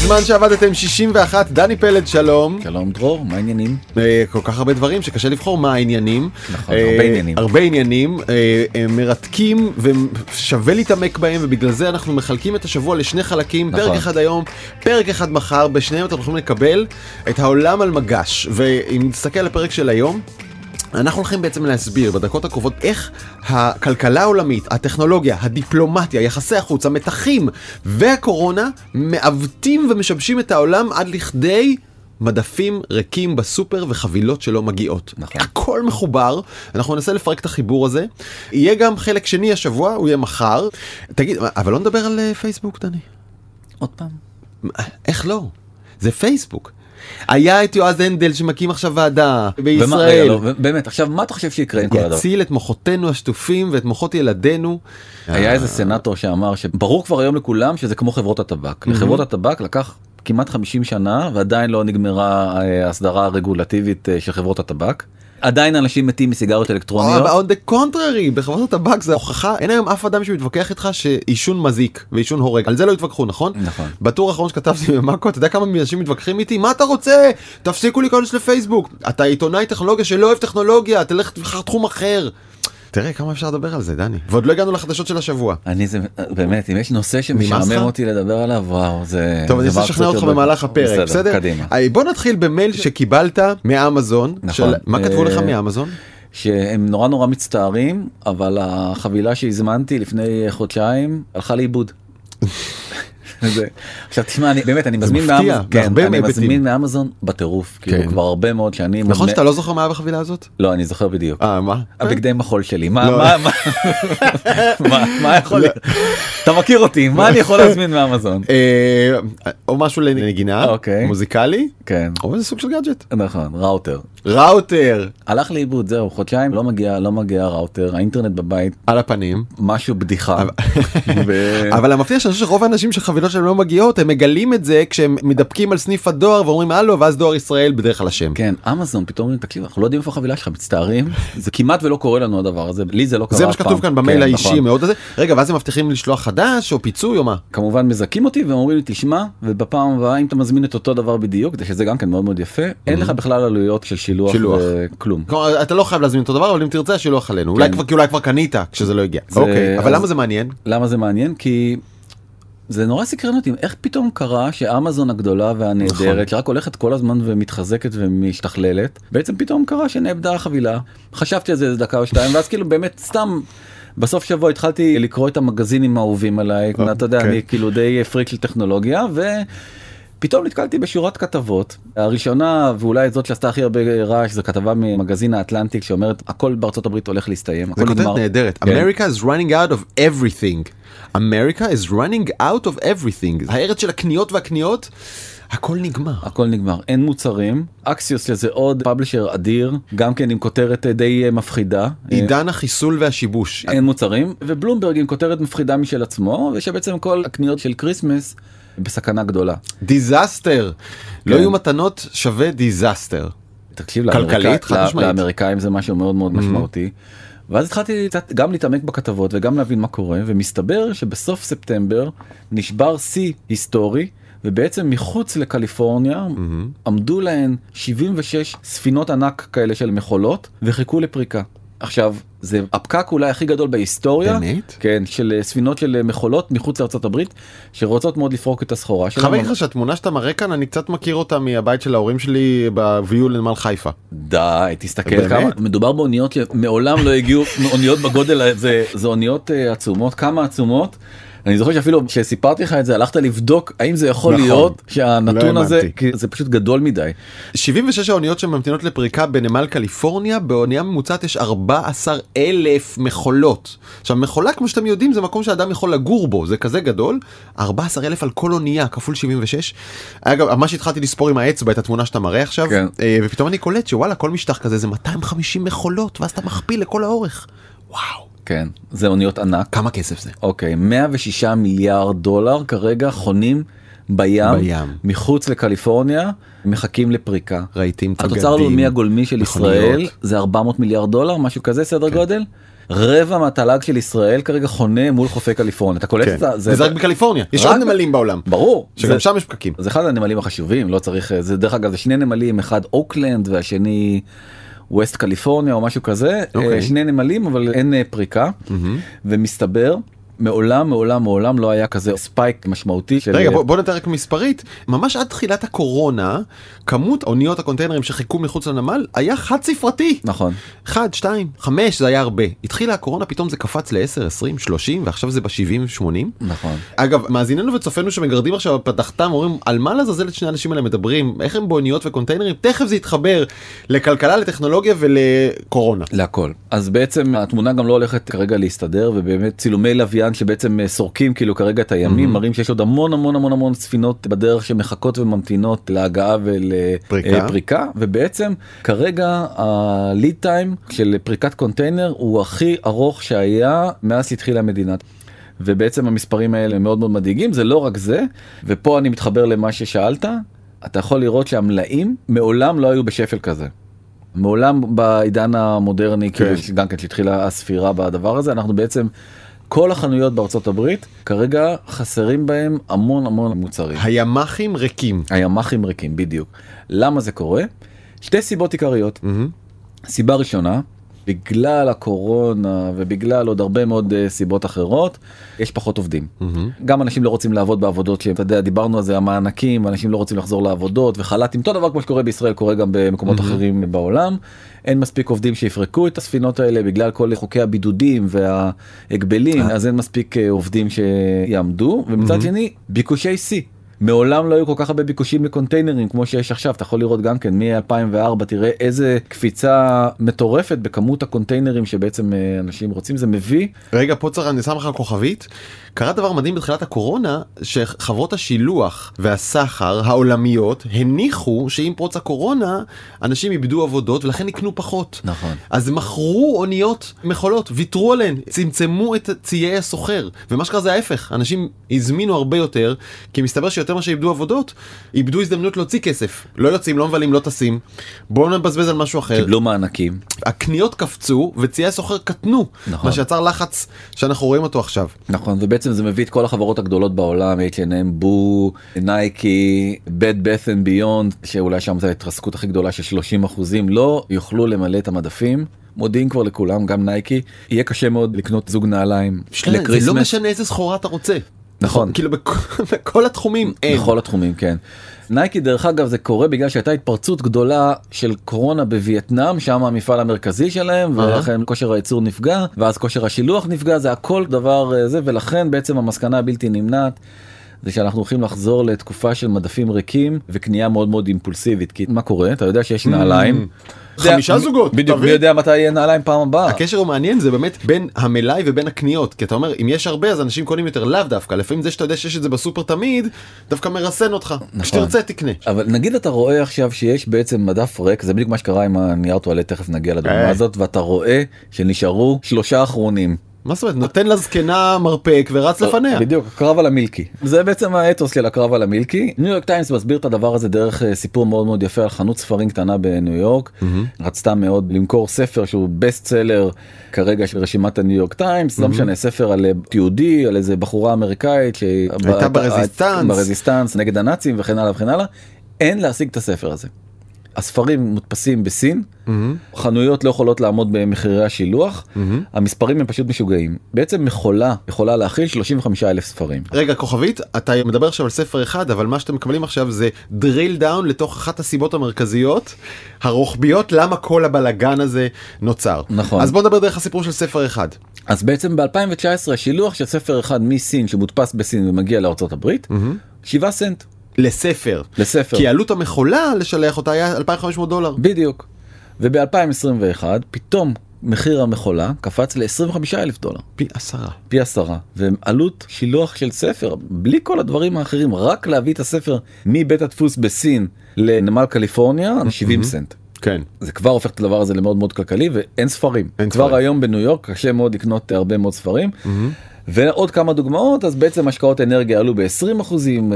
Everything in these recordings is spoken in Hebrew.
בזמן שעבדתם 61, דני פלד, שלום. שלום דרור, מה העניינים? כל כך הרבה דברים שקשה לבחור מה העניינים. נכון, הרבה עניינים. הרבה עניינים, מרתקים ושווה להתעמק בהם, ובגלל זה אנחנו מחלקים את השבוע לשני חלקים, פרק אחד היום, פרק אחד מחר, בשניהם אתם יכולים לקבל את העולם על מגש. ואם נסתכל על הפרק של היום, אנחנו הולכים בעצם להסביר בדקות הקרובות איך הכלכלה העולמית, הטכנולוגיה, הדיפלומטיה, יחסי החוץ, המתחים והקורונה מעוותים ומשבשים את העולם עד לכדי מדפים ריקים בסופר וחבילות שלא מגיעות. נכון. הכל מחובר, אנחנו ננסה לפרק את החיבור הזה. יהיה גם חלק שני השבוע, הוא יהיה מחר. תגיד, אבל לא נדבר על פייסבוק, דני? עוד פעם. איך לא? זה פייסבוק. היה את יועז הנדל שמקים עכשיו ועדה בישראל. באמת, עכשיו מה אתה חושב שיקרה עם כל הדבר? יציל את מוחותינו השטופים ואת מוחות ילדינו. היה איזה סנאטור שאמר שברור כבר היום לכולם שזה כמו חברות הטבק. לחברות הטבק לקח כמעט 50 שנה ועדיין לא נגמרה הסדרה הרגולטיבית של חברות הטבק. עדיין אנשים מתים מסיגריות אלקטרוניות. On the contrary, בחברות הטבק זה הוכחה, אין היום אף אדם שמתווכח איתך שעישון מזיק ועישון הורג. על זה לא התווכחו, נכון? נכון. בטור האחרון שכתבתי במאקו, אתה יודע כמה אנשים מתווכחים איתי? מה אתה רוצה? תפסיקו להיכנס לפייסבוק. אתה עיתונאי טכנולוגיה שלא אוהב טכנולוגיה, תלך תבחר תחום אחר. תראה כמה אפשר לדבר על זה, דני. ועוד לא הגענו לחדשות של השבוע. באמת, אם יש נושא שמשעמם אותי לדבר עליו, וואו, זה... טוב, אני רוצה לשכנע אותך במהלך הפרק, בסדר? קדימה. בוא נתחיל במייל שקיבלת מאמזון. מה כתבו לך מאמזון? שהם נורא נורא מצטערים, אבל החבילה שהזמנתי לפני חודשיים הלכה לאיבוד. עכשיו תשמע, באמת אני מזמין מאמזון בטירוף, כאילו כבר הרבה מאוד שנים. נכון שאתה לא זוכר מה היה בחבילה הזאת? לא, אני זוכר בדיוק. מה? הבגדי מחול שלי. מה יכול להיות? אתה מכיר אותי, מה אני יכול להזמין מאמזון? או משהו לנגינה, מוזיקלי, או איזה סוג של גאדג'ט. נכון, ראוטר. הלך לאיבוד, זהו, חודשיים לא מגיע ראוטר, האינטרנט בבית. על הפנים. משהו בדיחה. אבל המפתיע שאני חושב שרוב האנשים שחבילות שלהם לא מגיעות, הם מגלים את זה כשהם מדפקים על סניף הדואר ואומרים הלו, ואז דואר ישראל בדרך כלל השם. כן, אמזון פתאום אומרים, תקשיב, אנחנו לא יודעים איפה החבילה שלך, מצטערים, זה כמעט ולא קורה לנו הדבר הזה, לי זה לא קרה. זה מה שכתוב כאן במייל האישי מאוד הזה. רגע, ואז הם מבטיחים לשלוח חדש או פיצוי או מה? כמובן מזכים אותי ואומרים לי, תשמע, ובפעם הבאה אם אתה מזמין את אותו דבר בדיוק, שזה גם כן מאוד מאוד יפה, אין לך בכלל עלויות של שילוח וכלום. אתה לא חייב להזמין אותו דבר, אבל אם תרצה שילוח עלינו. אולי כבר קנית כשזה לא הגיע. אוקיי, אבל למה זה מעניין? למה זה מעניין? כי זה נורא סקרן אותי, איך פתאום קרה שאמזון הגדולה והנהדרת, שרק הולכת כל הזמן ומתחזקת ומשתכללת, בעצם פתאום קרה שנאבדה החבילה. חשבתי על זה דקה או שתיים, ואז כאילו באמת סתם בסוף שבוע התחלתי לקרוא את המגזינים האהובים עליי, אתה יודע, אני כאילו די פריק של טכנולוגיה, פתאום נתקלתי בשורת כתבות. הראשונה, ואולי זאת שעשתה הכי הרבה רעש, זו כתבה ממגזין האטלנטיק שאומרת, הכל בארצות הברית הולך להסתיים. זה כותבת נהדרת. America is running out of everything. America is running out of everything. הארץ של הקניות והקניות, הכל נגמר. הכל נגמר. אין מוצרים. אקסיוס זה עוד פאבלישר אדיר, גם כן עם כותרת די מפחידה. עידן החיסול והשיבוש. אין מוצרים. ובלומברג עם כותרת מפחידה משל עצמו, ושבעצם כל הקניות של קריסמס בסכנה גדולה. דיזסטר. לא יהיו מתנות שווה דיזסטר. תקשיב, כלכלית, חד משמעית. לאמריקאים זה משהו מאוד מאוד משמעותי. ואז התחלתי גם להתעמק בכתבות וגם להבין מה קורה, ומסתבר שבסוף ספטמבר נשבר שיא היסטורי, ובעצם מחוץ לקליפורניה עמדו להן 76 ספינות ענק כאלה של מכולות, וחיכו לפריקה. עכשיו, זה הפקק אולי הכי גדול בהיסטוריה. באמת? כן, של ספינות של מכולות מחוץ לארצות הברית, שרוצות מאוד לפרוק את הסחורה שלהם. חייב לך שהתמונה שאתה מראה כאן, אני קצת מכיר אותה מהבית של ההורים שלי בוויו לנמל חיפה. די, תסתכל כמה. מדובר באוניות שמעולם לא הגיעו, אוניות בגודל הזה, זה אוניות עצומות, כמה עצומות. אני זוכר שאפילו כשסיפרתי לך את זה, הלכת לבדוק האם זה יכול להיות שהנתון הזה, כי זה פשוט גדול מדי. 76 האוניות שממתינות לפריקה בנמל קליפורניה, באונייה ממוצעת יש 14,000 מכולות. עכשיו מכולה כמו שאתם יודעים זה מקום שאדם יכול לגור בו, זה כזה גדול, 14,000 על כל אונייה כפול 76. אגב, מה שהתחלתי לספור עם האצבע את התמונה שאתה מראה עכשיו, ופתאום אני קולט שוואלה כל משטח כזה זה 250 מכולות, ואז אתה מכפיל לכל האורך. וואו. כן, זה אוניות ענק. כמה כסף זה? אוקיי, 106 מיליארד דולר כרגע חונים בים, מחוץ לקליפורניה, מחכים לפריקה. רהיטים, תגדים. התוצר הלאומי הגולמי של ישראל זה 400 מיליארד דולר, משהו כזה סדר גודל. רבע מהתל"ג של ישראל כרגע חונה מול חופי קליפורניה. אתה קולט את זה? זה רק בקליפורניה. יש עוד נמלים בעולם. ברור. שגם שם יש פקקים. זה אחד הנמלים החשובים, לא צריך, זה דרך אגב, זה שני נמלים, אחד אוקלנד והשני ווסט קליפורניה או משהו כזה, שני נמלים אבל אין פריקה, ומסתבר, מעולם לא היה כזה ספייק משמעותי של... רגע, בוא נתראה רק מספרית. ממש עד תחילת הקורונה, כמות אוניות הקונטיינרים שחיכו מחוץ לנמל היה חד ספרתי. נכון. 1, 2, 5 זה היה הרבה. התחילה הקורונה, פתאום זה קפץ ל-10, 20, 30, ועכשיו זה ב-70, 80. נכון. אגב, מאזיננו וצופנו שמגרדים עכשיו בפתחתם, אומרים, על מה לעזאזל את שני האנשים האלה מדברים? איך הם באוניות וקונטיינרים? תכף זה יתחבר לכלכלה, לטכנולוגיה ולקורונה. להכל. אז בעצם התמונה גם לא הולכת כרגע להסתדר, ובאמת צילומי לוויין שבעצם סורקים כאילו כרגע את הימים, מראים שיש עוד המון ספינות בדרך שמחכות וממתינות להגעה ולפריקה, ובעצם כרגע הליד טיים של פריקת קונטיינר הוא הכי ארוך שהיה מאז שהתחילה המדינה. ובעצם המספרים האלה מאוד מאוד מדאיגים, זה לא רק זה, ופה אני מתחבר למה ששאלת, אתה יכול לראות שהמלאים מעולם לא היו בשפל כזה. מעולם בעידן המודרני, כאילו גם כן שהתחילה הספירה בדבר הזה, אנחנו בעצם כל החנויות בארצות הברית, כרגע חסרים בהם המון מוצרים. הימ"חים ריקים. הימ"חים ריקים, בדיוק. למה זה קורה? שתי סיבות עיקריות. סיבה ראשונה, בגלל הקורונה ובגלל עוד הרבה מאוד סיבות אחרות, יש פחות עובדים. גם אנשים לא רוצים לעבוד בעבודות שהם, אתה יודע, דיברנו על זה, המענקים, אנשים לא רוצים לחזור לעבודות וחל"תים, אותו דבר כמו שקורה בישראל, קורה גם במקומות אחרים בעולם. אין מספיק עובדים שיפרקו את הספינות האלה בגלל כל חוקי הבידודים וההגבלים, אז אין מספיק עובדים שיעמדו, ומצד שני, ביקושי C. מעולם לא היו כל כך הרבה ביקושים לקונטיינרים כמו שיש עכשיו. אתה יכול לראות גם כן מ-2004, תראה איזה קפיצה מטורפת בכמות הקונטיינרים שבעצם אנשים רוצים. זה מביא. רגע, פה צריך, אני שם לך כוכבית. קרה דבר מדהים בתחילת הקורונה, שחברות השילוח והסחר העולמיות הניחו שעם פרוץ הקורונה אנשים איבדו עבודות ולכן יקנו פחות. נכון. אז מכרו אוניות מכולות, ויתרו עליהן, צמצמו את ציי הסוחר. ומה שקרה זה ההפך, אנשים הזמינו הרבה יותר, כי מסתבר שיותר מה שאיבדו עבודות, איבדו הזדמנות להוציא כסף. לא יוצאים, לא מבלים, לא טסים. בואו נבזבז על משהו אחר. קיבלו מענקים. הקניות קפצו וציי הסוחר קטנו. נכון. מה שיצר לחץ שאנחנו רואים אותו עכשיו. נכון, ובעצם זה מביא את כל החברות הגדולות בעולם, H&M, בו, נייקי, Bed Bath & Beyond, שאולי שם זה ההתרסקות הכי גדולה של 30%, לא יוכלו למלא את המדפים. מודיעים כבר לכולם, גם נייקי. יהיה קשה מאוד לקנות זוג נעליים לקריסמס. זה לא משנה איזה סחורה אתה רוצה. נכון. כאילו בכל התחומים אין. בכל התחומים, כן. נייקי דרך אגב זה קורה בגלל שהייתה התפרצות גדולה של קורונה בווייטנאם, שם המפעל המרכזי שלהם, ולכן כושר הייצור נפגע, ואז כושר השילוח נפגע, זה הכל דבר זה, ולכן בעצם המסקנה הבלתי נמנעת, זה שאנחנו הולכים לחזור לתקופה של מדפים ריקים, וקנייה מאוד מאוד אימפולסיבית, כי מה קורה? אתה יודע שיש נעליים, 5 זוגות. בדיוק, מי יודע מתי יהיה נעליים פעם הבאה. הקשר הוא מעניין, זה באמת בין המלאי ובין הקניות, כי אתה אומר, אם יש הרבה אז אנשים קונים יותר, לאו דווקא, לפעמים זה שאתה יודע שיש את זה בסופר תמיד, דווקא מרסן אותך, כשתרצה תקנה. אבל נגיד אתה רואה עכשיו שיש בעצם מדף ריק, זה בדיוק מה שקרה עם הנייר טואלט, תכף נגיע לדוגמה הזאת, ואתה רואה שנשארו 3 אחרונים. מה זאת אומרת? נותן לזקנה מרפק ורץ לפניה. בדיוק, הקרב על המילקי. זה בעצם האתוס של הקרב על המילקי. ניו יורק טיימס מסביר את הדבר הזה דרך סיפור מאוד מאוד יפה על חנות ספרים קטנה בניו יורק. רצתה מאוד למכור ספר שהוא בסט סלר כרגע של רשימת הניו יורק טיימס. לא משנה, ספר על יהודי, על איזה בחורה אמריקאית שהייתה ברזיסטנס נגד הנאצים וכן הלאה וכן הלאה. אין להשיג את הספר הזה. הספרים מודפסים בסין, חנויות לא יכולות לעמוד במחירי השילוח, המספרים הם פשוט משוגעים. בעצם יכולה להכיל 35,000 ספרים. רגע, כוכבית, אתה מדבר עכשיו על ספר אחד, אבל מה שאתם מקבלים עכשיו זה drill down לתוך אחת הסיבות המרכזיות, הרוחביות, למה כל הבלגן הזה נוצר. נכון. אז בוא נדבר דרך הסיפור של ספר אחד. אז בעצם ב-2019 השילוח של ספר אחד מסין שמודפס בסין ומגיע לארצות הברית, 7 סנט. לספר. כי עלות המכולה לשלח אותה היה $2,500. בדיוק. וב-2021 פתאום מחיר המכולה קפץ ל$25,000. פי 10. ועלות שילוח של ספר, בלי כל הדברים האחרים, רק להביא את הספר מבית הדפוס בסין לנמל קליפורניה, 70 סנט. כן. זה כבר הופך את הדבר הזה למאוד מאוד כלכלי, ואין ספרים. כבר היום בניו יורק קשה מאוד לקנות הרבה מאוד ספרים. ועוד כמה דוגמאות, אז בעצם השקעות אנרגיה עלו ב-20%,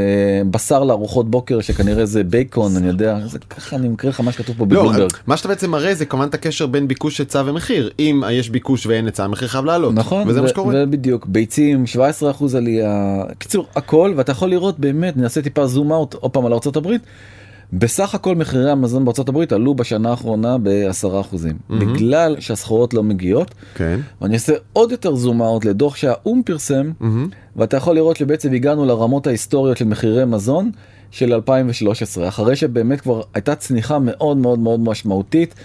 בשר לארוחות בוקר שכנראה זה בייקון, אני יודע, זה ככה אני מקריא לך מה שכתוב פה בבלומברג. מה שאתה בעצם מראה זה כמובן את הקשר בין ביקוש היצע ומחיר, אם יש ביקוש ואין היצע, המחיר חייב לעלות. נכון, וזה מה שקורה. ובדיוק, ביצים 17% עלייה, קיצור הכל, ואתה יכול לראות באמת, נעשה טיפה זום אאוט, עוד פעם על ארצות הברית, בסך הכל מחירי המזון בארצות הברית עלו בשנה האחרונה ב10%, בגלל שהסחורות לא מגיעות. כן. ואני אעשה עוד יותר זום אאוט לדוח שהאום פרסם, ואתה יכול לראות שבעצם הגענו לרמות ההיסטוריות של מחירי מזון של 2013, אחרי שבאמת כבר הייתה צניחה מאוד מאוד מאוד משמעותית,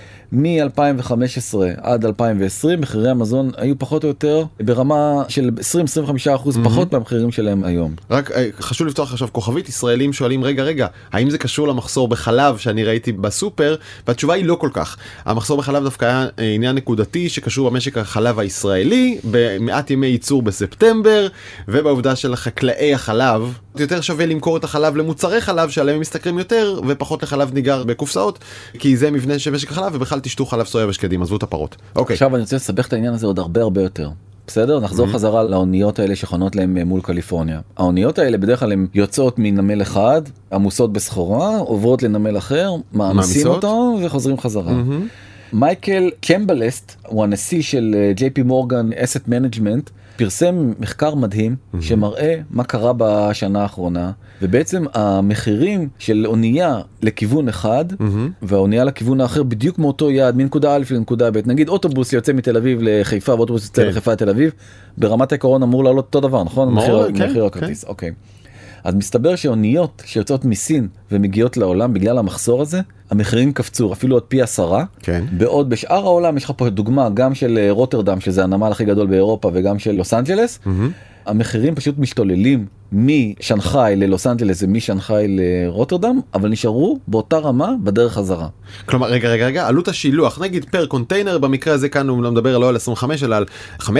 מ-2015 עד 2020 מחירי המזון היו פחות או יותר ברמה של 20-25% פחות מהמחירים שלהם היום. רק חשוב לפתוח עכשיו כוכבית, ישראלים שואלים רגע, האם זה קשור למחסור בחלב שאני ראיתי בסופר? והתשובה היא לא כל כך. המחסור בחלב דווקא היה עניין נקודתי שקשור במשק החלב הישראלי, במעט ימי ייצור בספטמבר, ובעובדה של חקלאי החלב, יותר שווה למכור את החלב למוצרי חלב שעליהם הם מסתכרים יותר, ופחות לחלב ניגר בקופסאות, כי זה מבנה של משק החלב, ובכלל תשתו חלב סויה ושקדים, עזבו את הפרות. אוקיי. עכשיו אני רוצה לסבך את העניין הזה עוד הרבה יותר. בסדר? נחזור חזרה לאוניות האלה שחונות להם מול קליפורניה. האוניות האלה בדרך כלל הן יוצאות מנמל אחד, עמוסות בסחורה, עוברות לנמל אחר, מעמיסים אותו וחוזרים חזרה. מייקל קמבלסט, הוא הנשיא של JP Morgan Asset Management, פרסם מחקר מדהים שמראה מה קרה בשנה האחרונה, ובעצם המחירים של אונייה לכיוון אחד, והאונייה לכיוון האחר בדיוק מאותו יעד, מנקודה א' לנקודה ב', נגיד אוטובוס יוצא מתל אביב לחיפה, ואוטובוס יוצא לחיפה לתל אביב, ברמת העיקרון אמור לעלות אותו דבר, נכון? מחיר הכרטיס, אוקיי. אז מסתבר שאוניות שיוצאות מסין ומגיעות לעולם בגלל המחסור הזה, המחירים קפצו אפילו עוד פי 10. כן. בעוד בשאר העולם יש לך פה דוגמה גם של רוטרדם, שזה הנמל הכי גדול באירופה, וגם של לוס אנג'לס. המחירים פשוט משתוללים משנחאי ללוס אנג'לס ומשנחאי לרוטרדם, אבל נשארו באותה רמה בדרך חזרה. כלומר, רגע, עלות השילוח, נגיד פר קונטיינר, במקרה הזה כאן הוא לא מדבר לא על 25 אלא על $15,000,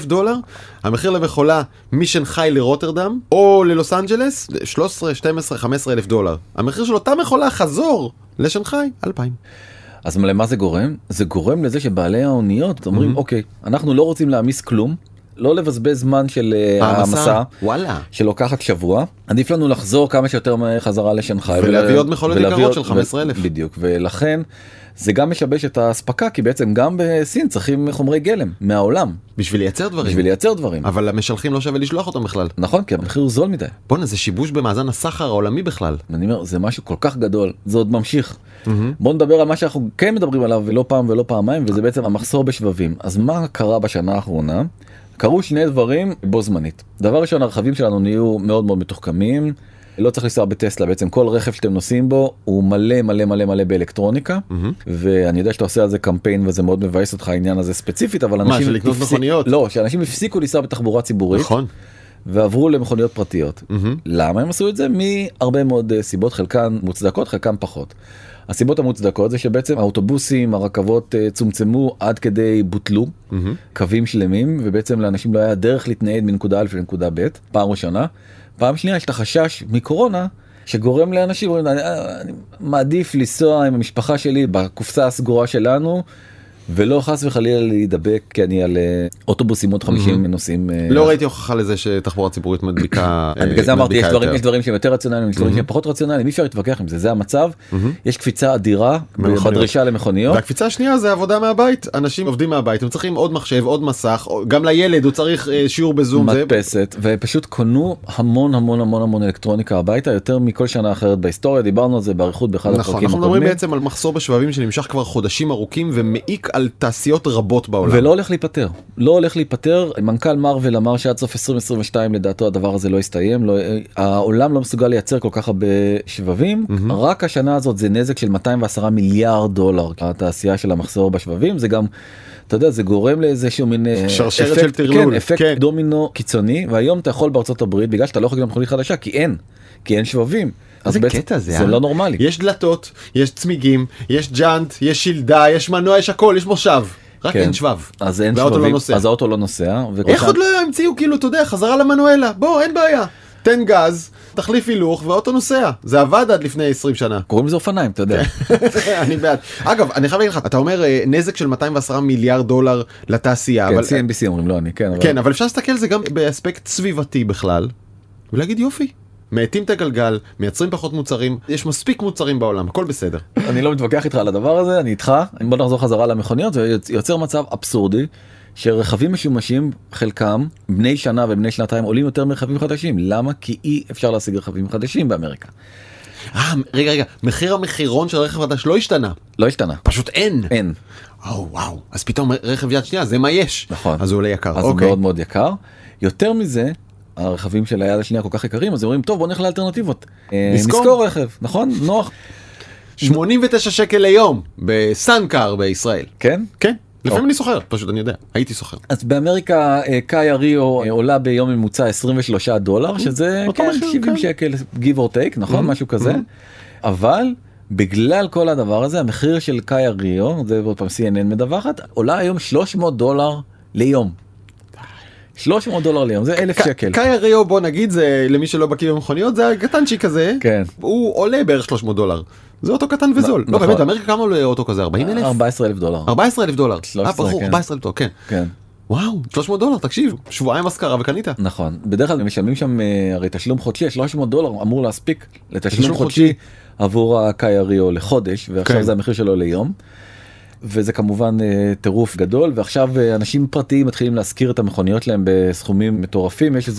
המחיר למכולה משנחאי לרוטרדם, או ללוס אנג'לס, 13, 12, $15,000. המחיר של אותה מכולה חזור לשנחאי, 2,000. אז למה זה גורם? זה גורם לזה שבעלי האוניות אומרים, אוקיי, אנחנו לא רוצים להעמיס כלום, לא לבזבז זמן של המסע, שלוקחת שבוע, עדיף לנו לחזור כמה שיותר חזרה לשנחאי. ולהביא עוד מכולות יקרות של 15,000. בדיוק, ולכן זה גם משבש את ההספקה, כי בעצם גם בסין צריכים חומרי גלם מהעולם. בשביל לייצר דברים. אבל המשלחים לא שווה לשלוח אותם בכלל. נכון, כי המחיר הוא זול מדי. בוא'נה, זה שיבוש במאזן הסחר העולמי בכלל. אני אומר, זה משהו כל כך גדול, זה עוד ממשיך. בואו נדבר על מה שאנחנו כן מדברים עליו, ולא פעם ולא פעמיים, וזה בעצם המחסור בשבבים. אז מה קרה בשנה האחרונה? קרו שני דברים בו זמנית. דבר ראשון, הרכבים שלנו נהיו מאוד מאוד מתוחכמים, לא צריך לנסוע בטסלה, בעצם כל רכב שאתם נוסעים בו הוא מלא באלקטרוניקה, ואני יודע שאתה עושה על זה קמפיין וזה מאוד מבאס אותך העניין הזה ספציפית, אבל אנשים... מה, של לקנות מכוניות? לא, שאנשים הפסיקו לנסוע בתחבורה ציבורית, נכון. ועברו למכוניות פרטיות. למה הם עשו את זה? מהרבה מאוד סיבות, חלקן מוצדקות, חלקן פחות. הסיבות המוצדקות זה שבעצם האוטובוסים, הרכבות צומצמו עד כדי בוטלו, קווים שלמים, ובעצם לאנשים לא היה דרך להתנייד מנקודה א' לנקודה ב', פעם ראשונה. פעם שנייה יש את החשש מקורונה, שגורם לאנשים, אני מעדיף לנסוע עם המשפחה שלי בקופסה הסגורה שלנו, ולא חס וחלילה להידבק, כי אני על אוטובוסים עוד 50 נוסעים. לא ראיתי הוכחה לזה שתחבורה ציבורית מדביקה. בגלל זה אמרתי, יש דברים שהם יותר רציונליים, יש דברים שהם פחות רציונליים, אי אפשר להתווכח עם זה, זה המצב. יש קפיצה אדירה בדרישה למכוניות. והקפיצה השנייה זה עבודה מהבית, אנשים עובדים מהבית, הם צריכים עוד מחשב, עוד מסך, גם לילד הוא צריך שיעור בזום. מדפסת, ופשוט קנו המון אלקטרוניקה הביתה, יותר מכל שנה אחרת בהיסטוריה, דיברנו על זה באריכות באחד הפרקים הקודמים. אנחנו מדברים בעצם על מחסור בשבבים שנמשך כבר חודשים ארוכים ומעיק על תעשיות רבות בעולם. ולא הולך להיפטר. מנכ"ל מארוול אמר שעד סוף 2022 לדעתו הדבר הזה לא יסתיים. העולם לא מסוגל לייצר כל כך הרבה שבבים. רק השנה הזאת זה נזק של $210 מיליארד. התעשייה של המחסור בשבבים. זה גם, אתה יודע, זה גורם לאיזשהו מין שרשרת של טרלול. כן, אפקט דומינו קיצוני. והיום אתה יכול בארצות הברית, בגלל שאתה לא יכול לקנות מכונית חדשה, כי אין שבבים. אז קטע זה לא נורמלי. יש דלתות, יש צמיגים, יש ג'אנט, יש שילדה, יש מנוע, יש הכל, יש מושב. רק אין שבב. אז אין שבבים, אז האוטו לא נוסע. איך עוד לא המציאו כאילו, אתה יודע, חזרה למנואלה, בוא, אין בעיה. תן גז, תחליף הילוך ואוטו נוסע. זה עבד עד לפני 20 שנה. קוראים לזה אופניים, אתה יודע. אני בעד. אגב, אני חייב להגיד לך, אתה אומר נזק של 210 מיליארד דולר לתעשייה. כן, CNBC אומרים, לא אני, כן. כן, אבל אפשר להסתכל על זה גם באספקט סביבתי בכלל, ולהגיד יופי. מאטים את הגלגל, מייצרים פחות מוצרים, יש מספיק מוצרים בעולם, הכל בסדר. אני לא מתווכח איתך על הדבר הזה, אני איתך. בוא נחזור חזרה למכוניות, ויוצר מצב אבסורדי, שרכבים משומשים, חלקם, בני שנה ובני שנתיים, עולים יותר מרכבים חדשים. למה? כי אי אפשר להשיג רכבים חדשים באמריקה. רגע, מחיר המחירון של רכב חדש לא השתנה. לא השתנה. פשוט אין. אין. וואו, אז פתאום רכב יד שנייה, זה מה יש. נכון. אז הוא עולה יקר. אז הוא מאוד מאוד יקר. יותר מזה, הרכבים של היד השנייה כל כך יקרים, אז הם אומרים, טוב, בוא נלך לאלטרנטיבות. נזכור רכב, נכון? נוח. 89 שקל ליום, בסנקר בישראל. כן? כן. לפעמים אני סוחר, פשוט אני יודע, הייתי סוחר. אז באמריקה קאיה ריו עולה ביום ממוצע $23, שזה 70 שקל, give or take, נכון? משהו כזה. אבל בגלל כל הדבר הזה, המחיר של קאיה ריו, זה עוד פעם CNN מדווחת, עולה היום $300 ליום. $300 ליום, זה 1,000 שקל. קאיה ריו, בוא נגיד, זה למי שלא בקיא במכוניות, זה הקטנצ'י כזה. כן. הוא עולה בערך $300. זה אוטו קטן וזול. לא, באמת, באמריקה כמה עולה אוטו כזה? 40,000? $14,000. $14,000. $14,000, כן. כן. וואו, $300, תקשיב, שבועיים השכרה וקנית. נכון. בדרך כלל משלמים שם הרי תשלום חודשי, $300 אמור להספיק לתשלום חודשי עבור הקאיה ריו לחודש, ועכשיו זה המחיר שלו ליום. וזה כמובן טירוף גדול, ועכשיו אנשים פרטיים מתחילים להזכיר את המכוניות שלהם בסכומים מטורפים. יש איזה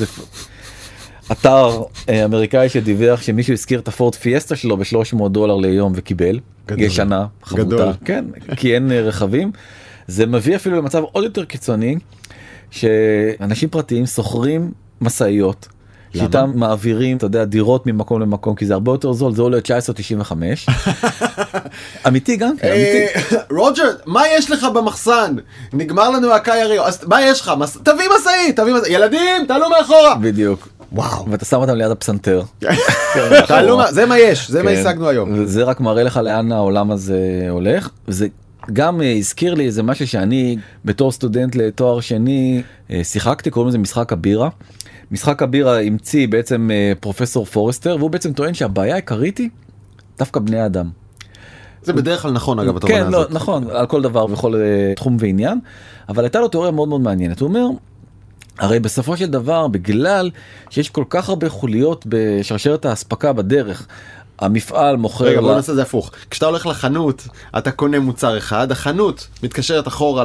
אתר אמריקאי שדיווח שמישהו הזכיר את הפורד פיאסטה שלו $300 ליום וקיבל. ישנה, חבוטה. כן, כי אין רכבים. זה מביא אפילו למצב עוד יותר קיצוני, שאנשים פרטיים סוחרים מסעיות, שאיתם מעבירים, אתה יודע, דירות ממקום למקום, כי זה הרבה יותר זול, זה עולה $19.95. אמיתי גם, אמיתי. רוג'ר, מה יש לך במחסן? נגמר לנו הקאיה ריו, אז מה יש לך? תביא מסעית, ילדים, תעלו מאחורה. בדיוק. וואו. ואתה שם אותם ליד הפסנתר. זה מה יש, זה מה השגנו היום. זה רק מראה לך לאן העולם הזה הולך. זה גם הזכיר לי איזה משהו שאני בתור סטודנט לתואר שני שיחקתי, קוראים לזה משחק הבירה. משחק הבירה המציא בעצם פרופסור פורסטר, והוא בעצם טוען שהבעיה העיקרית היא דווקא בני האדם. זה בדרך כלל נכון אגב, כן, לא, נכון, על כל דבר וכל תחום ועניין, אבל הייתה לו תיאוריה מאוד מאוד מעניינת. הוא אומר, הרי בסופו של דבר, בגלל שיש כל כך הרבה חוליות בשרשרת ההספקה בדרך, המפעל מוכר... רגע, בוא נעשה זה הפוך. כשאתה הולך לחנות, אתה קונה מוצר אחד, החנות מתקשרת אחורה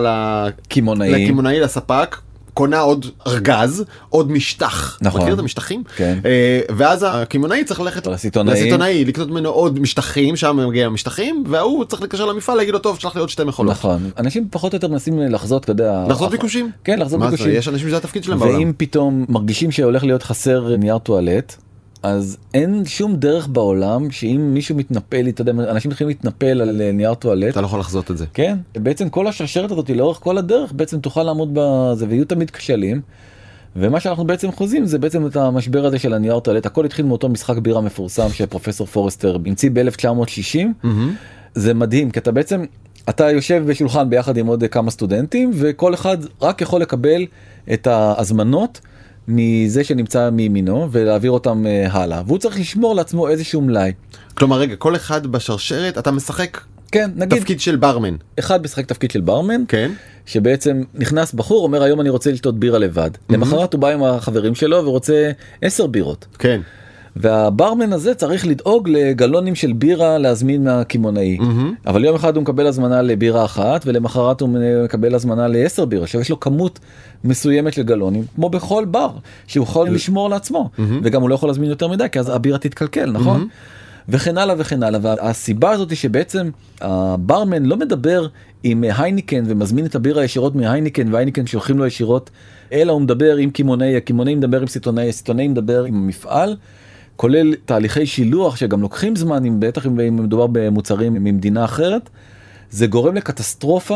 לקמעונאי, לספק, קונה עוד ארגז, עוד משטח. נכון. מכיר את המשטחים? כן. ואז הקמעונאי צריך ללכת לסיטונאי, לקנות ממנו עוד משטחים, שם מגיע המשטחים, והוא צריך להתקשר למפעל, להגיד לו, טוב, שלח לי עוד 2 מכולות. נכון. אנשים פחות או יותר מנסים לחזות, אתה יודע... לחזות ביקושים? כן, לחזות ביקושים. יש אנשים שזה התפקיד שלהם בעולם. ואם פתאום מרגישים שהולך להיות חסר נייר טואלט, אז אין שום דרך בעולם שאם מישהו מתנפל, אתה יודע, אנשים מתחילים להתנפל על נייר טואלט. אתה לא יכול לחזות את זה. כן, בעצם כל השרשרת הזאת לאורך כל הדרך בעצם תוכל לעמוד בזה, ויהיו תמיד כשלים. ומה שאנחנו בעצם חוזים זה בעצם את המשבר הזה של הנייר טואלט. הכל התחיל מאותו משחק בירה מפורסם שפרופסור פורסטר המציא ב-1960. זה מדהים, כי אתה בעצם, אתה יושב בשולחן ביחד עם עוד כמה סטודנטים, וכל אחד רק יכול לקבל את ההזמנות מזה שנמצא מימינו ולהעביר אותם הלאה, והוא צריך לשמור לעצמו איזשהו מלאי. כלומר רגע, כל אחד בשרשרת אתה משחק כן, נגיד, תפקיד של ברמן. אחד משחק תפקיד של ברמן, כן. שבעצם נכנס בחור, אומר היום אני רוצה לשתות בירה לבד. למחרת הוא בא עם החברים שלו ורוצה 10 בירות. כן. והברמן הזה צריך לדאוג לגלונים של בירה להזמין מהקימונאי. אבל יום אחד הוא מקבל הזמנה לבירה אחת, ולמחרת הוא מקבל הזמנה ל10 בירה, שיש לו כמות מסוימת של גלונים, כמו בכל בר, שהוא יכול לשמור לעצמו. וגם הוא לא יכול להזמין יותר מדי, כי אז הבירה תתקלקל, נכון? וכן הלאה וכן הלאה. והסיבה הזאת היא שבעצם הברמן לא מדבר עם הייניקן ומזמין את הבירה ישירות מהייניקן, והייניקן שולחים לו ישירות, אלא הוא מדבר עם קימונאי, הקימונאי מדבר עם סיטונאי, הסיטונאי מדבר עם המפעל, כולל תהליכי שילוח שגם לוקחים זמן, בטח אם מדובר במוצרים ממדינה אחרת. זה גורם לקטסטרופה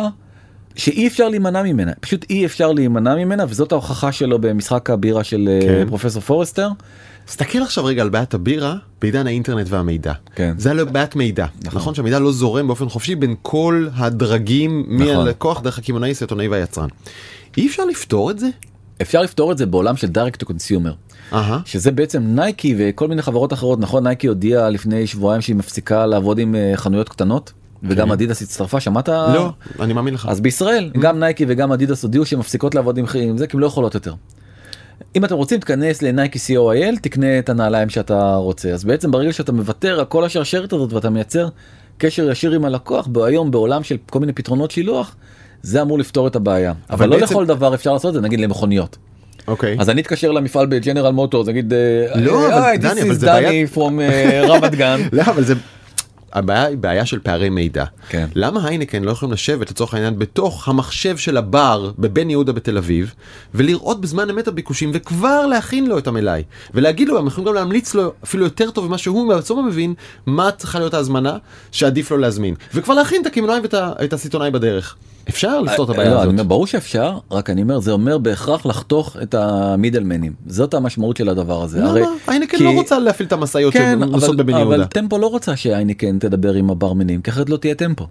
שאי אפשר להימנע ממנה, פשוט אי אפשר להימנע ממנה, וזאת ההוכחה שלו במשחק הבירה של פרופסור פורסטר. תסתכל עכשיו רגע על בעיית הבירה בעידן האינטרנט והמידע. כן. זה לא בעיית מידע. נכון שהמידע לא זורם באופן חופשי בין כל הדרגים מהלקוח דרך הקימונאי, סיטונאי והיצרן. אי אפשר לפתור את זה? אפשר לפתור את זה בעולם של direct to consumer, שזה בעצם נייקי וכל מיני חברות אחרות. נכון, נייקי הודיעה לפני שבועיים שהיא מפסיקה לעבוד עם חנויות קטנות, וגם אדידס הצטרפה, שמעת? לא, אני מאמין לך. אז בישראל, גם נייקי וגם אדידס הודיעו שהן מפסיקות לעבוד עם זה, כי הן לא יכולות יותר. אם אתם רוצים, תכנס לנייקי co.il, תקנה את הנעליים שאתה רוצה. אז בעצם ברגע שאתה מוותר על כל השרשרת הזאת, ואתה מייצר קשר ישיר עם הלקוח, היום בעולם של כל מיני פתרונות שילוח, זה אמור לפתור את הבעיה. אבל לא לכל דבר אפשר לעשות זה, נגיד למכוניות. אוקיי. אז אני אתקשר למפעל בג'נרל מוטורס, נגיד, לא, אבל דני, אבל זה בעיה... This is Danny from רמת גן. לא, אבל זה... הבעיה היא בעיה של פערי מידע. כן. למה היינקן לא יכולים לשבת לצורך העניין בתוך המחשב של הבר בבן יהודה בתל אביב, ולראות בזמן אמת הביקושים, וכבר להכין לו את המלאי, ולהגיד לו, הם יכולים גם להמליץ לו אפילו יותר טוב ממה שהוא בעצמו מבין, מה צריכה להיות ההזמנה שעדיף לו להזמין, וכבר להכין את הקמעונאי ואת הסיטונאי בדרך. אפשר לפתור את הבעיה הזאת. ברור שאפשר, רק אני אומר, זה אומר בהכרח לחתוך את המידלמנים. זאת המשמעות של הדבר הזה. למה? היינקן לא רוצה להפעיל את המסעיות שנוסעות בבן יהודה. אבל טמפו לא רוצה שהיינקן תדבר עם הברמנים, כי אחרת לא תהיה טמפו.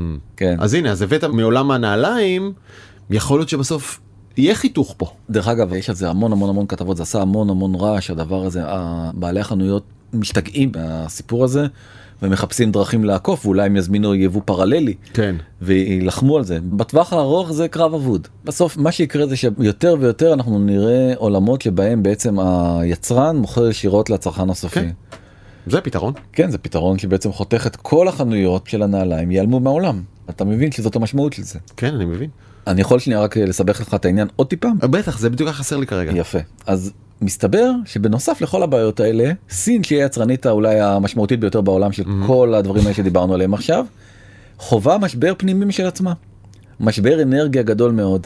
אז הנה, אז הבאת מעולם הנעליים, יכול להיות שבסוף יהיה חיתוך פה. דרך אגב, יש על זה המון כתבות, זה עשה המון רעש, הדבר הזה, בעלי החנויות משתגעים מהסיפור הזה, ומחפשים דרכים לעקוף, ואולי הם יזמינו יבוא פרללי, כן. וילחמו על זה. בטווח הארוך זה קרב אבוד. בסוף מה שיקרה זה שיותר ויותר אנחנו נראה עולמות שבהם בעצם היצרן מוכר ישירות לצרכן הסופי. כן. זה פתרון. כן, זה פתרון שבעצם חותך את כל החנויות של הנעליים, ייעלמו מהעולם. אתה מבין שזאת המשמעות של זה. כן, אני מבין. אני יכול שנייה רק לסבך לך את העניין עוד טיפה? בטח, זה בדיוק חסר לי כרגע. יפה. אז מסתבר שבנוסף לכל הבעיות האלה, סין שהיא היצרנית אולי המשמעותית ביותר בעולם של כל הדברים האלה שדיברנו עליהם עכשיו, חובה משבר פנימי משל עצמה. משבר אנרגיה גדול מאוד.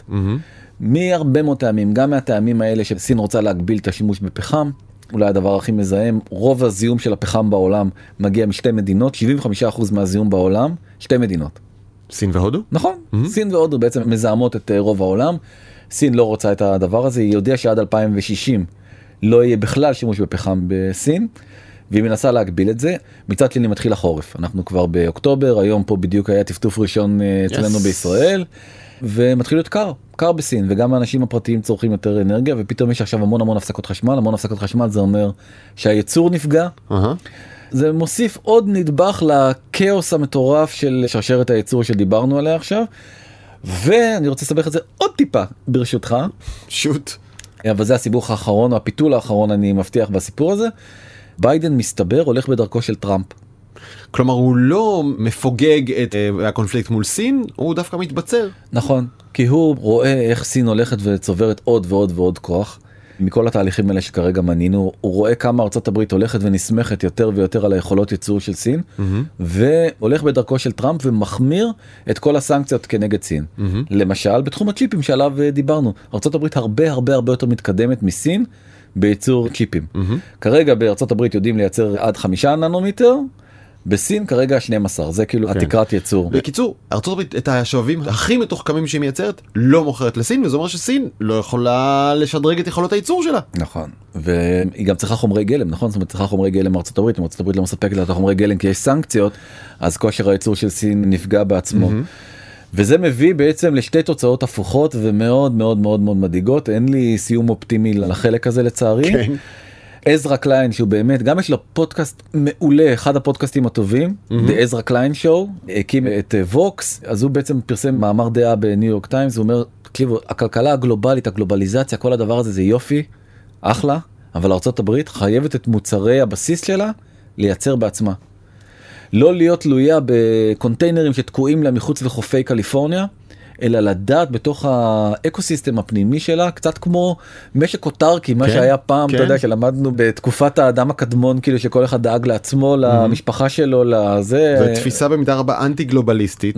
מהרבה מאוד טעמים, גם מהטעמים האלה שסין רוצה להגביל את השימוש בפחם, אולי הדבר הכי מזהם, רוב הזיהום של הפחם בעולם מגיע משתי מדינות, 75% מהזיהום בעולם, שתי מדינות. סין והודו? נכון, סין והודו בעצם מזהמות את רוב העולם, סין לא רוצה את הדבר הזה, היא יודעה שעד 2060 לא יהיה בכלל שימוש בפחם בסין, והיא מנסה להגביל את זה. מצד שני מתחיל החורף, אנחנו כבר באוקטובר, היום פה בדיוק היה טפטוף ראשון אצלנו בישראל, ומתחיל להיות קר בסין, וגם האנשים הפרטיים צורכים יותר אנרגיה, ופתאום יש עכשיו המון הפסקות חשמל, המון הפסקות חשמל זה אומר שהייצור נפגע, זה מוסיף עוד נדבך לקאוס המטורף של שרשרת הייצור שדיברנו עליה עכשיו, ואני רוצה לסבך את זה עוד טיפה ברשותך. שוט. אבל זה הסיבוך האחרון, או הפיתול האחרון אני מבטיח בסיפור הזה. ביידן מסתבר הולך בדרכו של טראמפ. כלומר הוא לא מפוגג את הקונפליקט מול סין, הוא דווקא מתבצר. נכון, כי הוא רואה איך סין הולכת וצוברת עוד ועוד ועוד כוח. מכל התהליכים האלה שכרגע מנינו, הוא רואה כמה ארצות הברית הולכת ונסמכת יותר ויותר על היכולות ייצור של סין, והולך בדרכו של טראמפ ומחמיר את כל הסנקציות כנגד סין. למשל, בתחום הצ'יפים שעליו דיברנו, ארצות הברית הרבה יותר מתקדמת מסין בייצור צ'יפים. כרגע בארצות הברית יודעים לייצר עד 5 ננומטר, בסין כרגע 12, זה כאילו התקרת ייצור. בקיצור, ארצות הברית את השואבים הכי מתוחכמים שהיא מייצרת לא מוכרת לסין, וזה אומר שסין לא יכולה לשדרג את יכולות הייצור שלה. נכון, והיא גם צריכה חומרי גלם, נכון? זאת אומרת, צריכה חומרי גלם מארצות הברית, אם ארצות הברית לא מספקת לה את החומרי גלם כי יש סנקציות, אז כושר הייצור של סין נפגע בעצמו. וזה מביא בעצם לשתי תוצאות הפוכות ומאוד מאוד מאוד מאוד מדאיגות. אין לי סיום אופטימי לחלק הזה לצערי. כן. עזרא קליין שהוא באמת גם יש לו פודקאסט מעולה, אחד הפודקאסטים הטובים, The עזרא קליין שואו, הקים את ווקס, אז הוא בעצם פרסם מאמר דעה בניו יורק טיימס, הוא אומר, תקשיבו, הכלכלה הגלובלית, הגלובליזציה, כל הדבר הזה זה יופי, אחלה, אבל ארצות הברית חייבת את מוצרי הבסיס שלה לייצר בעצמה. לא להיות תלויה בקונטיינרים שתקועים לה מחוץ לחופי קליפורניה, אלא לדעת בתוך האקוסיסטם הפנימי שלה, קצת כמו משק אוטרקי, מה שהיה פעם, אתה יודע, שלמדנו בתקופת האדם הקדמון, כאילו שכל אחד דאג לעצמו, למשפחה שלו, לזה. זו תפיסה במידה רבה אנטי גלובליסטית,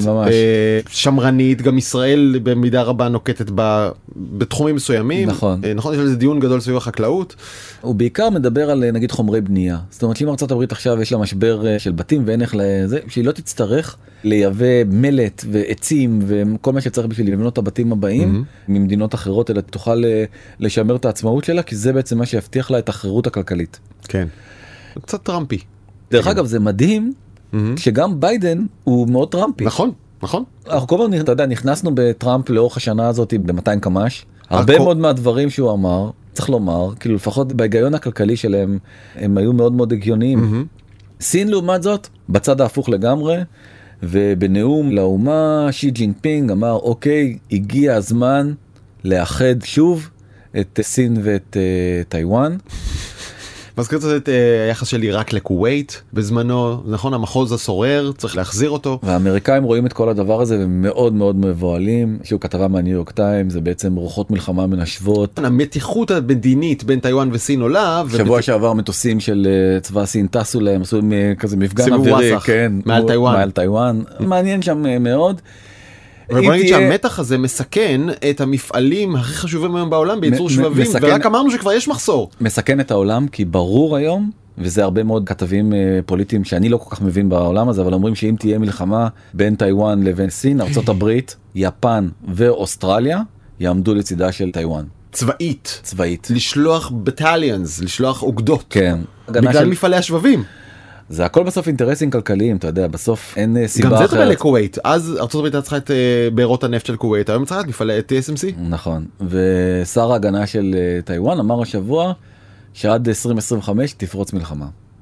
שמרנית, גם ישראל במידה רבה נוקטת בתחומים מסוימים. נכון. נכון, יש לזה דיון גדול סביב החקלאות. הוא בעיקר מדבר על נגיד חומרי בנייה. זאת אומרת, שאם ארצות הברית עכשיו יש לה משבר של בתים ואין איך לזה, שהיא לא תצטרך לייבא מלט ועצים וכל מה שצריך בשביל לבנות את הבתים הבאים ממדינות אחרות, אלא תוכל לשמר את העצמאות שלה, כי זה בעצם מה שיבטיח לה את החירות הכלכלית. כן. קצת טראמפי. דרך אגב, זה מדהים שגם ביידן הוא מאוד טראמפי. נכון, נכון. אנחנו כל פעם, אתה יודע, נכנסנו בטראמפ לאורך השנה הזאת ב-200 קמ"ש, הרבה מאוד מהדברים שהוא אמר, צריך לומר, כאילו לפחות בהיגיון הכלכלי שלהם, הם היו מאוד מאוד הגיוניים. סין לעומת זאת, בצד ההפוך לגמרי, ובנאום לאומה, שי ג'ינפינג אמר, אוקיי, הגיע הזמן לאחד שוב את סין ואת טיואן. מזכיר קצת את היחס של עיראק לכווית בזמנו, נכון, המחוז הסורר, צריך להחזיר אותו. והאמריקאים רואים את כל הדבר הזה ומאוד מאוד מבועלים. שהוא כתבה מהניו יורק טיימס, זה בעצם רוחות מלחמה מנשבות. המתיחות המדינית בין טיואן וסין עולה. שבוע שעבר מטוסים של צבא סין טסו להם, עשו כזה מפגן אווירי, כן, מעל טיואן. מעניין שם מאוד. ובוא נגיד שהמתח הזה מסכן את המפעלים הכי חשובים היום בעולם בייצור שבבים, ורק אמרנו שכבר יש מחסור. מסכן את העולם כי ברור היום, וזה הרבה מאוד כתבים פוליטיים שאני לא כל כך מבין בעולם הזה, אבל אומרים שאם תהיה מלחמה בין טיואן לבין סין, ארצות הברית, יפן ואוסטרליה יעמדו לצידה של טיואן. צבאית. לשלוח בטליאנס, לשלוח אוגדות. כן. בגלל מפעלי השבבים. זה הכל בסוף אינטרסים כלכליים, אתה יודע, בסוף אין סיבה אחרת. גם זה טובה לכווית, אז ארצות הברית צריכה את בארות הנפט של כווית, היום צריכה את מפעלי TSMC. נכון, ושר ההגנה של טיואן אמר השבוע שעד 2025 תפרוץ מלחמה.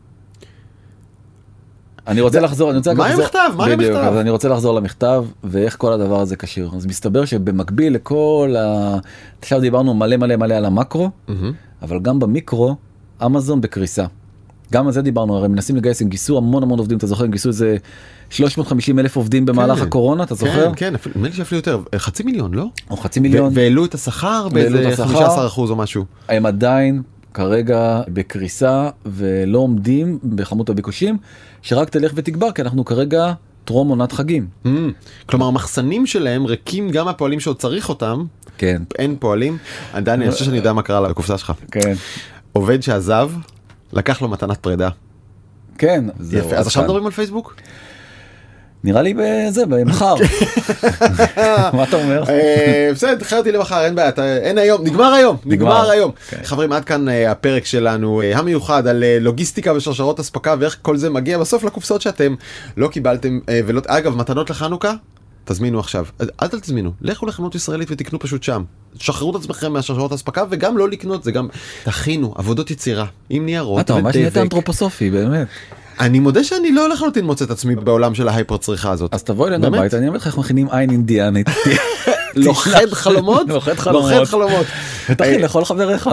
אני רוצה לחזור, מה המכתב? אז אני רוצה לחזור למכתב, ואיך כל הדבר הזה קשור. אז מסתבר שבמקביל לכל עכשיו דיברנו מלא על המקרו, אבל גם במיקרו, אמזון בקריסה. גם על זה דיברנו, הרי מנסים לגייס, הם גיסו המון עובדים, אתה זוכר, הם גיסו איזה 350,000 עובדים במהלך הקורונה, אתה זוכר? כן, נדמה לי שאפילו יותר, 500,000, לא? או 500,000. והעלו את השכר באיזה 15% או משהו. הם עדיין כרגע בקריסה, ולא עומדים בכמות הביקושים, שרק תלך ותגבר, כי אנחנו כרגע טרום עונת חגים. כלומר, המחסנים שלהם ריקים גם הפועלים שעוד צריך אותם. כן. אין פועלים. דני, אני חושב שאני יודע מה קרה לקופסה שלך. כן. עובד שעזב, לקח לו מתנת פרידה. כן. יפה, אז עכשיו מדברים על פייסבוק? נראה לי במחר. מה אתה אומר? בסדר, תחרתי למחר, אין בעיה, אין היום, נגמר היום. חברים, עד כאן הפרק שלנו המיוחד על לוגיסטיקה ושרשרות אספקה ואיך כל זה מגיע בסוף לקופסאות שאתם לא קיבלתם, אגב, מתנות לחנוכה? תזמינו עכשיו, אל תזמינו, לכו לחנות ישראלית ותקנו פשוט שם. שחררו את עצמכם מהשרשרות האספקה, וגם לא לקנות, זה גם תכינו עבודות יצירה עם ניירות ודבק. אתה ממש נהיית אנתרופוסופי, באמת. אני מודה שאני לא לחלוטין מוצא את עצמי בעולם של ההייפר צריכה הזאת. אז תבוא אלינו הבית, אני אומר לך איך מכינים עין אינדיאנית. לוחד חלומות? לוחד חלומות. תכין לכל חבריך.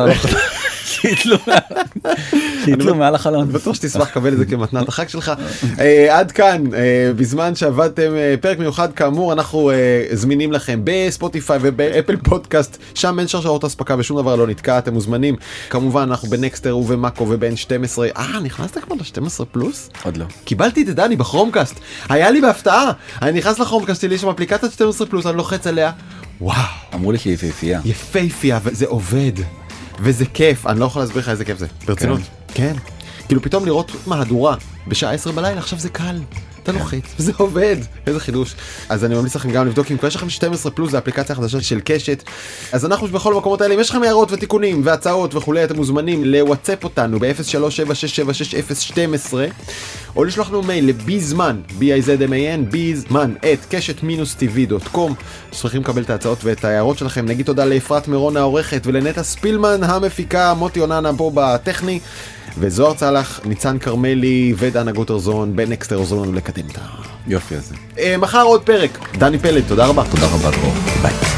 שיתלו מעל החלון. בטוח שתשמח לקבל את זה כמתנת החג שלך. עד כאן, בזמן שעבדתם פרק מיוחד כאמור, אנחנו זמינים לכם בספוטיפיי ובאפל פודקאסט, שם אין שרשרות אספקה ושום דבר לא נתקע, אתם מוזמנים. כמובן אנחנו בנקסטר ובמאקו וב-N12. נכנסת כבר ל-12 פלוס? עוד לא. קיבלתי את זה דני בכרומקאסט, היה לי בהפתעה, אני נכנס לכרומקאסט שלי שם אפליקציית 12 פלוס, אני לוחץ עליה, וואו. אמרו לי שהיא יפהפייה. יפהפייה, וזה עובד. וזה כיף, אני לא יכול להסביר לך איזה כיף זה, ברצינות. כן. כאילו פתאום לראות מהדורה בשעה 10 בלילה, עכשיו זה קל. אתה לוחץ, וזה עובד. איזה חידוש. אז אני ממליץ לכם גם לבדוק אם יש לכם 12 פלוס, זה אפליקציה חדשה של קשת. אז אנחנו בכל המקומות האלה, אם יש לכם הערות ותיקונים והצעות וכולי, אתם מוזמנים לוואטסאפ אותנו ב-0376766012, או לשלוח לנו מייל לביזמן, B-I-Z-M-A-N, bizman@keshet-tv.com. שמחים לקבל את ההצעות ואת ההערות שלכם. נגיד תודה לאפרת מירון העורכת ולנטע ספילמן המפיקה, מוטי עוננה פה בטכני, וזוהר צלח, ניצן קרמלי ודנה גוטרזון בנקסטר עוזרים לנו לקדם את היופי הזה. מחר עוד פרק. דני פלד, תודה רבה. תודה רבה. ביי.